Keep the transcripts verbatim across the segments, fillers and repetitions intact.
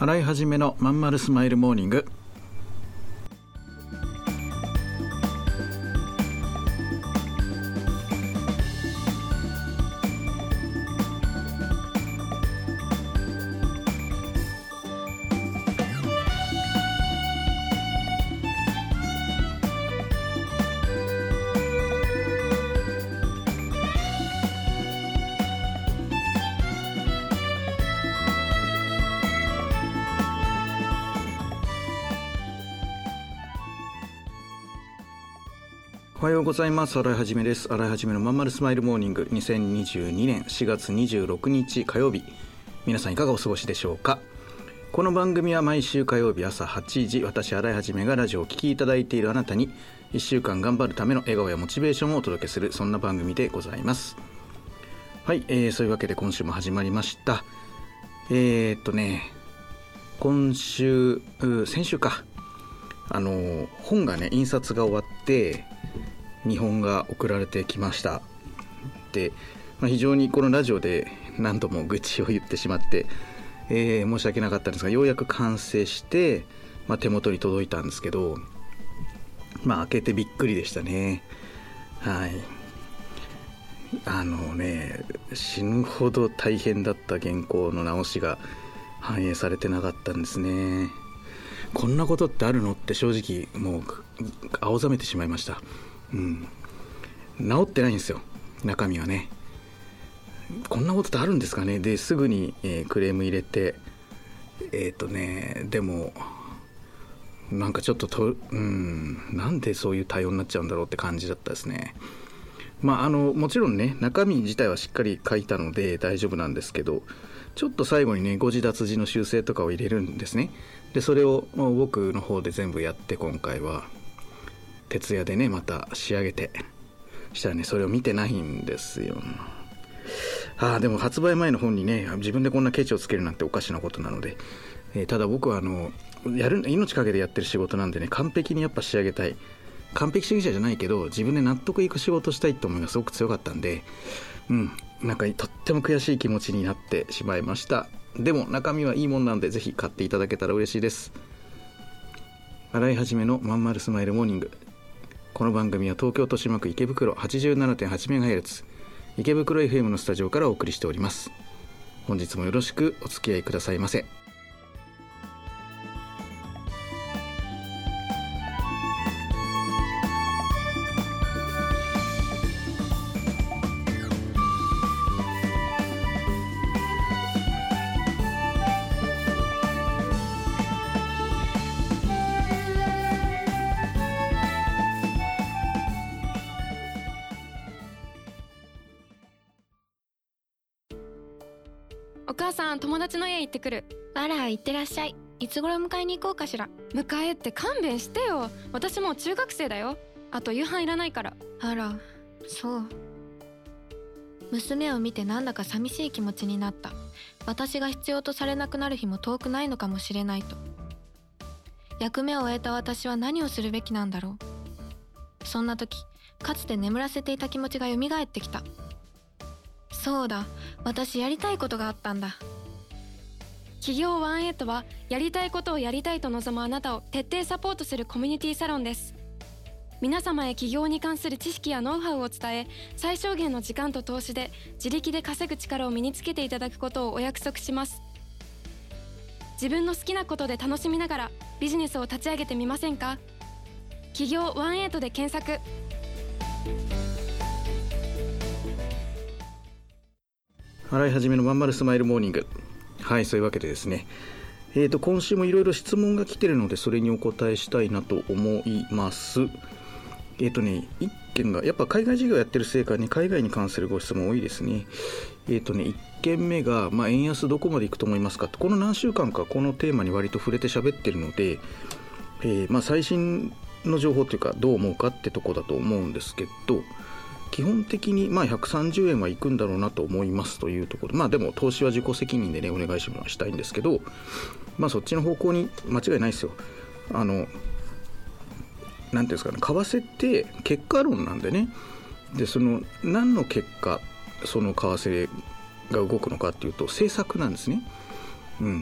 洗い始めのまんまるスマイルモーニング。おはようございます。洗いはじめです。洗いはじめのまんまるスマイルモーニング、にせんにじゅうにねんしがつにじゅうろくにち火曜日、皆さんいかがお過ごしでしょうか。この番組は毎週火曜日朝はちじ、私洗いはじめがラジオを聴きいただいているあなたにいっしゅうかん頑張るための笑顔やモチベーションをお届けする、そんな番組でございます。はい、えー、そういうわけで今週も始まりました。えー、っとね今週先週かあの本がね印刷が終わって見本が送られてきました。で、まあ、非常にこのラジオで何度も愚痴を言ってしまって、えー、申し訳なかったんですが、ようやく完成して、まあ、手元に届いたんですけど、まあ開けてびっくりでしたね。はい、あのね死ぬほど大変だった原稿の直しが反映されてなかったんですね。こんなことってあるのって正直もう青ざめてしまいました。うん、治ってないんですよ、中身はね。こんなことってあるんですかね。ですぐに、えー、クレーム入れてえっ、ー、とねでもなんかちょっととうんなんでそういう対応になっちゃうんだろうって感じだったですね。まああのもちろんね中身自体はしっかり書いたので大丈夫なんですけど、ちょっと最後にね誤字脱字の修正とかを入れるんですね。でそれをもう僕の方で全部やって、今回は徹夜でねまた仕上げてしたらね、それを見てないんですよ。ああでも発売前の本にね自分でこんなケチをつけるなんておかしなことなので、えー、ただ僕はあのやる命かけてやってる仕事なんでね、完璧にやっぱ仕上げたい、完璧主義者じゃないけど自分で納得いく仕事したいって思いがすごく強かったんで、うんなんかとっても悔しい気持ちになってしまいました。でも中身はいいもんなんでぜひ買っていただけたら嬉しいです。洗いはじめのまんまるスマイルモーニング。この番組は東京豊島区池袋 はちじゅうななてんはちメガヘルツ 池袋 エフエム のスタジオからお送りしております。本日もよろしくお付き合いくださいませ。 お母さん、友達の家行ってくる。 あら、行ってらっしゃい。いつ頃迎えに行こうかしら。 迎えって勘弁してよ。私もう中学生だよ。あと夕飯いらないから。 あら、そう。娘を見てなんだか寂しい気持ちになった。私が必要とされなくなる日も遠くないのかもしれないと。役目を終えた私は何をするべきなんだろう。そんな時、かつて眠らせていた気持ちが蘇ってきた。そうだ、私やりたいことがあったんだ。 企業ワンエイトはやりたいことをやりたいと望むあなたを徹底サポートするコミュニティサロンです。皆様へ起業に関する知識やノウハウを伝え、最小限の時間と投資で自力で稼ぐ力を身につけていただくことをお約束します。自分の好きなことで楽しみながらビジネスを立ち上げてみませんか。起業ワンエイトで検索。 洗いはじめのまんまるスマイルモーニング。はい、そういうわけでですね、えーと今週もいろいろ質問が来てるのでそれにお答えしたいなと思います。えーとねいっけんがやっぱ海外事業やってるせいかに海外に関するご質問多いですね。えーとねいっけんめが、まあ、円安どこまでいくと思いますか。この何週間かこのテーマに割と触れて喋ってるので、えーまあ、最新の情報というかどう思うかってとこだと思うんですけど、基本的にまあひゃくさんじゅうえんはいくんだろうなと思いますというところ。まあでも投資は自己責任でねお願いしますしたいんですけど、まあそっちの方向に間違いないですよ。あのなんていうんですかね、為替って結果論なんでね。でその何の結果その為替が動くのかっていうと政策なんですね。うん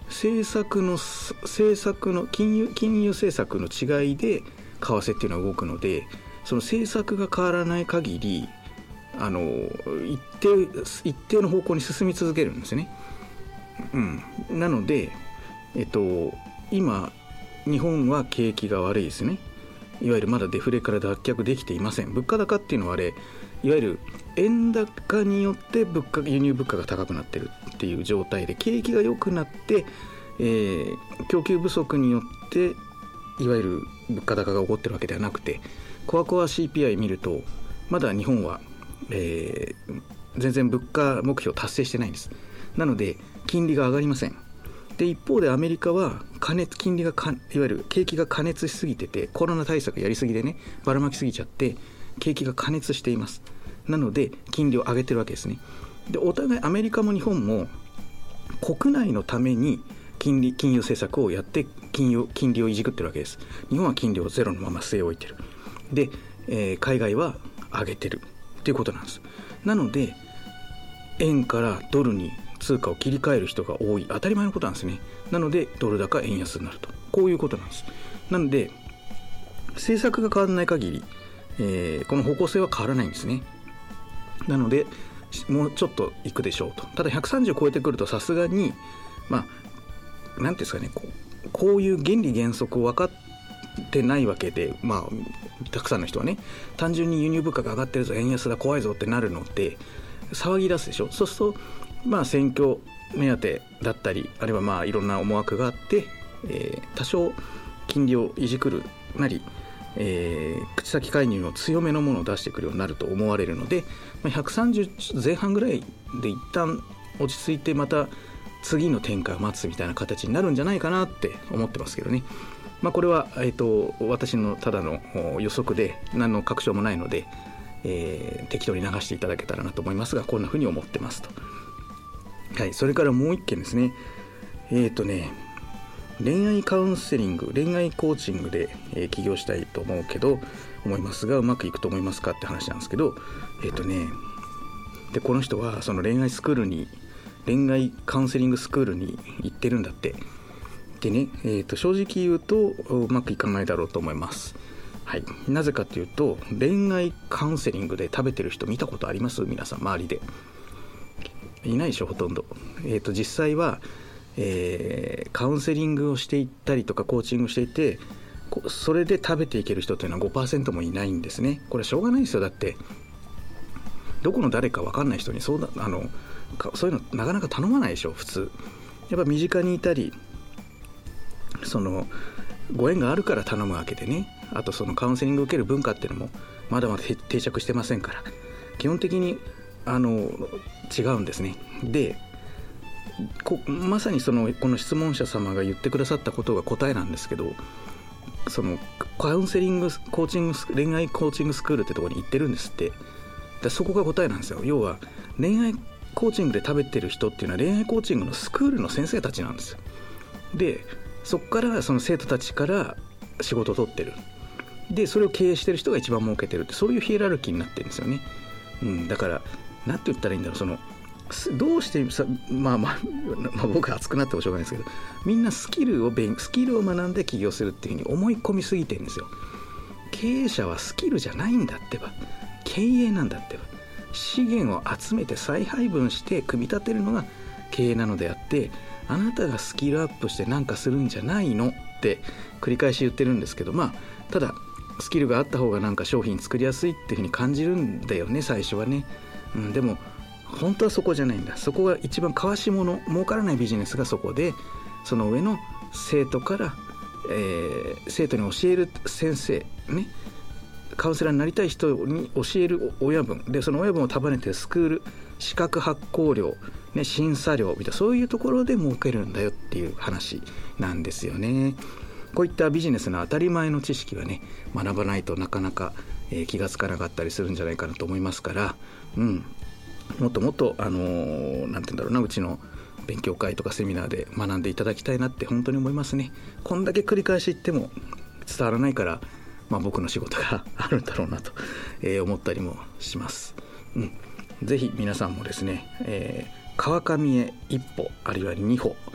政策の政策の金融金融政策の違いで為替っていうのは動くので、その政策が変わらない限りあの一定一定の方向に進み続けるんですね。うん、なので、えっと、今日本は景気が悪いですね。いわゆるまだデフレから脱却できていません。物価高っていうのはあれいわゆる円高によって物価輸入物価が高くなってるっていう状態で、景気が良くなって、えー、供給不足によっていわゆる物価高が起こってるわけではなくて、コアコア シーピーアイ 見るとまだ日本は、えー、全然物価目標達成してないんです。なので金利が上がりません。で一方でアメリカは加熱金利がかいわゆる景気が過熱しすぎてて、コロナ対策やりすぎでねばらまきすぎちゃって景気が過熱しています。なので金利を上げてるわけですね。でお互いアメリカも日本も国内のために金利金融政策をやって金融金利をいじくってるわけです。日本は金利をゼロのまま据え置いてる。で、えー、海外は上げてるっていうことなんです。なので円からドルに通貨を切り替える人が多い、当たり前のことなんですね。なのでドル高円安になると、こういうことなんです。なので政策が変わらない限り、えー、この方向性は変わらないんですね。なのでもうちょっといくでしょうと。ただひゃくさんじゅう超えてくるとさすがにまあなんていうんですかね、こう、こういう原理原則を分かってないわけで、まあたくさんの人はね単純に輸入物価が上がってるぞ円安だ怖いぞってなるので騒ぎ出すでしょ。そうするとまあ選挙目当てだったり、あるいはまあいろんな思惑があって、えー、多少金利をいじくるなり、えー、口先介入の強めのものを出してくるようになると思われるので、まあ、ひゃくさんじゅう前半ぐらいで一旦落ち着いてまた次の展開を待つみたいな形になるんじゃないかなって思ってますけどね。まあ、これは、えーと、私のただの予測で何の確証もないので、えー、適当に流していただけたらなと思いますが、こんなふうに思ってますと。はい、それからもう一件ですね。えっとね恋愛カウンセリング、恋愛コーチングで、えー、起業したいと思うけど思いますがうまくいくと思いますかって話なんですけど、えっとねでこの人はその恋愛スクールに恋愛カウンセリングスクールに行ってるんだって。でね、えー、と正直言うとうまくいかないだろうと思います。はい、なぜかというと恋愛カウンセリングで食べてる人見たことあります？皆さん周りでいないでしょほとんど。えー、と実際は、えー、カウンセリングをしていったりとかコーチングしていてそれで食べていける人というのは ごパーセント もいないんですね。これしょうがないですよ。だってどこの誰か分かんない人にそうだあのそういうのなかなか頼まないでしょ普通。やっぱ身近にいたりそのご縁があるから頼むわけでね。あとそのカウンセリングを受ける文化っていうのもまだまだ定着してませんから基本的にあの違うんですね。でこまさにそのこの質問者様が言ってくださったことが答えなんですけど、そのカウンセリングコーチング恋愛コーチングスクールってところに行ってるんですって。でそこが答えなんですよ。要は恋愛コーチングで食べてる人っていうのは恋愛コーチングのスクールの先生たちなんですよ。でそこからその生徒たちから仕事を取ってる。でそれを経営してる人が一番儲けてるって、そういうヒエラルキーになってるんですよね。うん、だからなんて言ったらいいんだろう、そのどうしてさ、まあまあ、まあ、僕は熱くなってもしょうがないですけど、みんなスキルを勉スキルを学んで起業するっていうふうに思い込みすぎてるんですよ。経営者はスキルじゃないんだってば、経営なんだってば、資源を集めて再配分して組み立てるのが経営なのであって、あなたがスキルアップして何かするんじゃないのって繰り返し言ってるんですけど、まあただスキルがあった方がなんか商品作りやすいっていうふうに感じるんだよね最初はね、うん、でも本当はそこじゃないんだ。そこが一番交わし物、儲からないビジネスがそこで、その上の生徒から、えー、生徒に教える先生ね、カウンセラーになりたい人に教える親分で、その親分を束ねてるスクール、資格発行料、ね、審査料みたいな、そういうところで儲けるんだよっていう話なんですよね。こういったビジネスの当たり前の知識はね学ばないとなかなか、えー、気がつかなかったりするんじゃないかなと思いますから、うん、もっともっとあのー、なんて言うんだろうな、うちの勉強会とかセミナーで学んでいただきたいなって本当に思いますね。こんだけ繰り返し言っても伝わらないから、まあ、僕の仕事があるんだろうなと、えー、思ったりもします。うん、ぜひ皆さんもですね、えー、川上へ一歩あるいは二歩、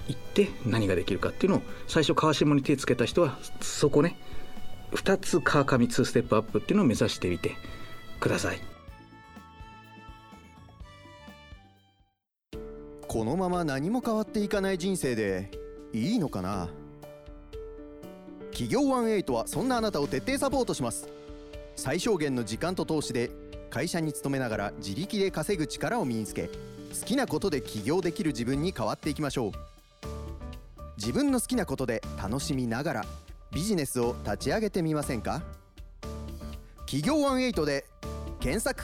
行って何ができるかっていうのを最初川下に手つけた人はそこねふたつ川上にステップアップっていうのを目指してみてください。 このまま何も変わっていかない人生でいいのかな。企業じゅうはちはそんなあなたを徹底サポートします。最小限の時間と投資で会社に勤めながら自力で稼ぐ力を身につけ、好きなことで起業できる自分に変わっていきましょう。自分の好きなことで楽しみながらビジネスを立ち上げてみませんか。企業じゅうはちで検索。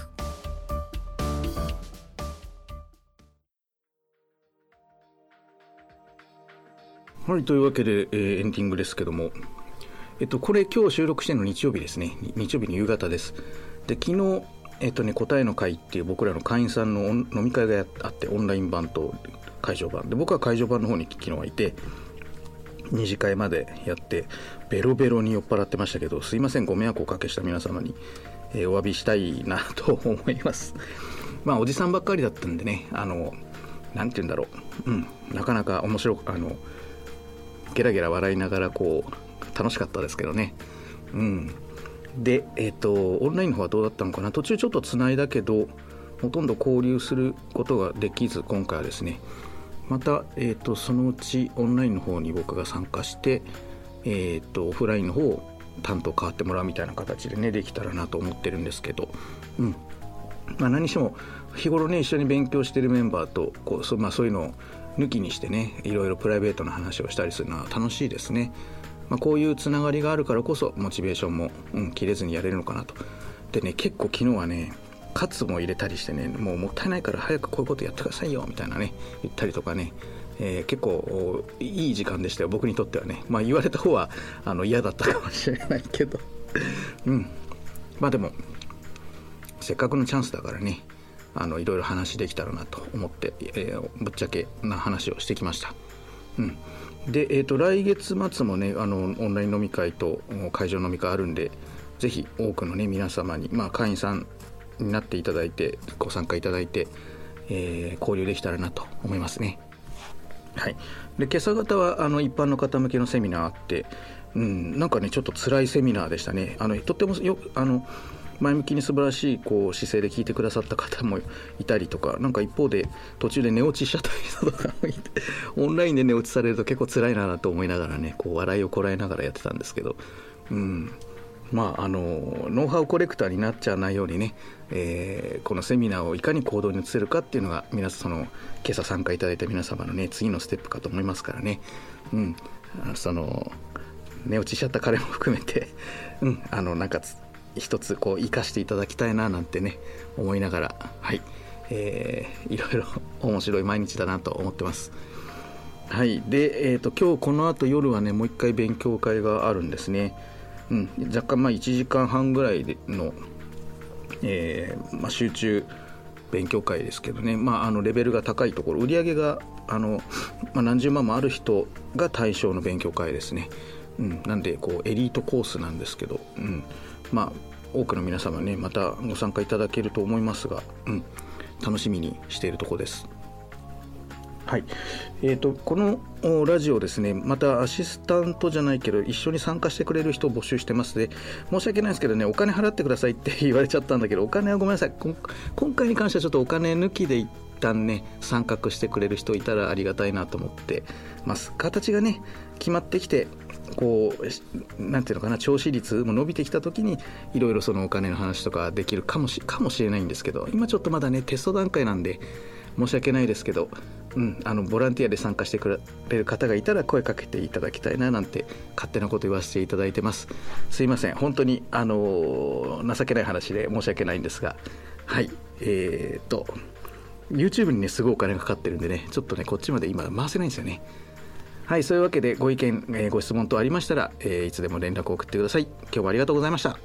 はい、というわけで、えー、エンディングですけども、えっと、これ今日収録してるの日曜日ですね。日曜日の夕方です。で昨日、えっとね、答えの会っていう僕らの会員さんの飲み会があって、オンライン版と会場版で、僕は会場版の方に昨日はいて二次会までやってベロベロに酔っ払ってましたけど、すいません、ご迷惑をおかけした皆様に、えー、お詫びしたいなと思います。まあおじさんばっかりだったんでね、あのなんて言うんだろう、うん、なかなか面白くあのゲラゲラ笑いながらこう楽しかったですけどね。うん、で、えーと、オンラインの方はどうだったのかな。途中ちょっとつないだけどほとんど交流することができず、今回はですねまた、えーと、そのうちオンラインの方に僕が参加して、えーと、オフラインの方を担当変わってもらうみたいな形でねできたらなと思ってるんですけど、うんまあ、何しても日頃ね一緒に勉強してるメンバーとこう そ,、まあ、そういうのを抜きにしてねいろいろプライベートな話をしたりするのは楽しいですね。まあ、こういうつながりがあるからこそモチベーションも、うん、切れずにやれるのかなと。でね結構昨日はねカツも入れたりしてね、もうもったいないから早くこういうことやってくださいよみたいなね言ったりとかね、えー、結構いい時間でしたよ僕にとってはね。まあ言われた方はあの嫌だったかもしれないけどうんまあでもせっかくのチャンスだからね、あのいろいろ話できたらなと思って、えー、ぶっちゃけな話をしてきました。うんで、えー、と来月末もねあのオンライン飲み会と会場飲み会あるんで、ぜひ多くのね皆様に、まあ、会員さんになっていただいてご参加いただいて、えー、交流できたらなと思いますね。はい、で今朝方はあの一般の方向けのセミナーあって、うん、なんかねちょっと辛いセミナーでしたね。あのとってもよあの前向きに素晴らしいこう姿勢で聞いてくださった方もいたりとか、なんか一方で途中で寝落ちしちゃった人とかもいてオンラインで寝落ちされると結構辛いなと思いながらねこう笑いをこらえながらやってたんですけど、うんまああのノウハウコレクターになっちゃわないようにね、えー、このセミナーをいかに行動に移せるかっていうのが皆さんその今朝参加いただいた皆様のね次のステップかと思いますからね。うんその寝落ちしちゃった彼も含めてうんあのなんかつ一つこう生かしていただきたいななんてね思いながら、はい、えー、いろいろ面白い毎日だなと思ってます。はい、で、えーと、今日この後夜はねもう一回勉強会があるんですね。うん、若干まあいちじかんはんぐらいの、えーまあ、集中勉強会ですけどね、まあ、あのレベルが高いところ売り上げがあの、まあ、何十万もある人が対象の勉強会ですね。うん、なんでこうエリートコースなんですけど、うんまあ、多くの皆様ねまたご参加いただけると思いますが、うん、楽しみにしているところです。はいえー、とこのラジオですねまたアシスタントじゃないけど一緒に参加してくれる人を募集してますで、申し訳ないですけどねお金払ってくださいって言われちゃったんだけど、お金はごめんなさい、今回に関してはちょっとお金抜きで一旦ね参画してくれる人いたらありがたいなと思ってます。形がね決まってきてこうなんていうのかな聴取率も伸びてきた時にいろいろそのお金の話とかできるかもし、かもしれないんですけど、今ちょっとまだねテスト段階なんで申し訳ないですけど、うん、あのボランティアで参加してくれる方がいたら声かけていただきたいななんて勝手なこと言わせていただいてます。すいません本当にあの情けない話で申し訳ないんですが、はいえー、っと YouTube にねすごいお金がかかってるんでねちょっとねこっちまで今回せないんですよね。はいそういうわけでご意見、えー、ご質問等ありましたら、えー、いつでも連絡を送ってください。今日もありがとうございました。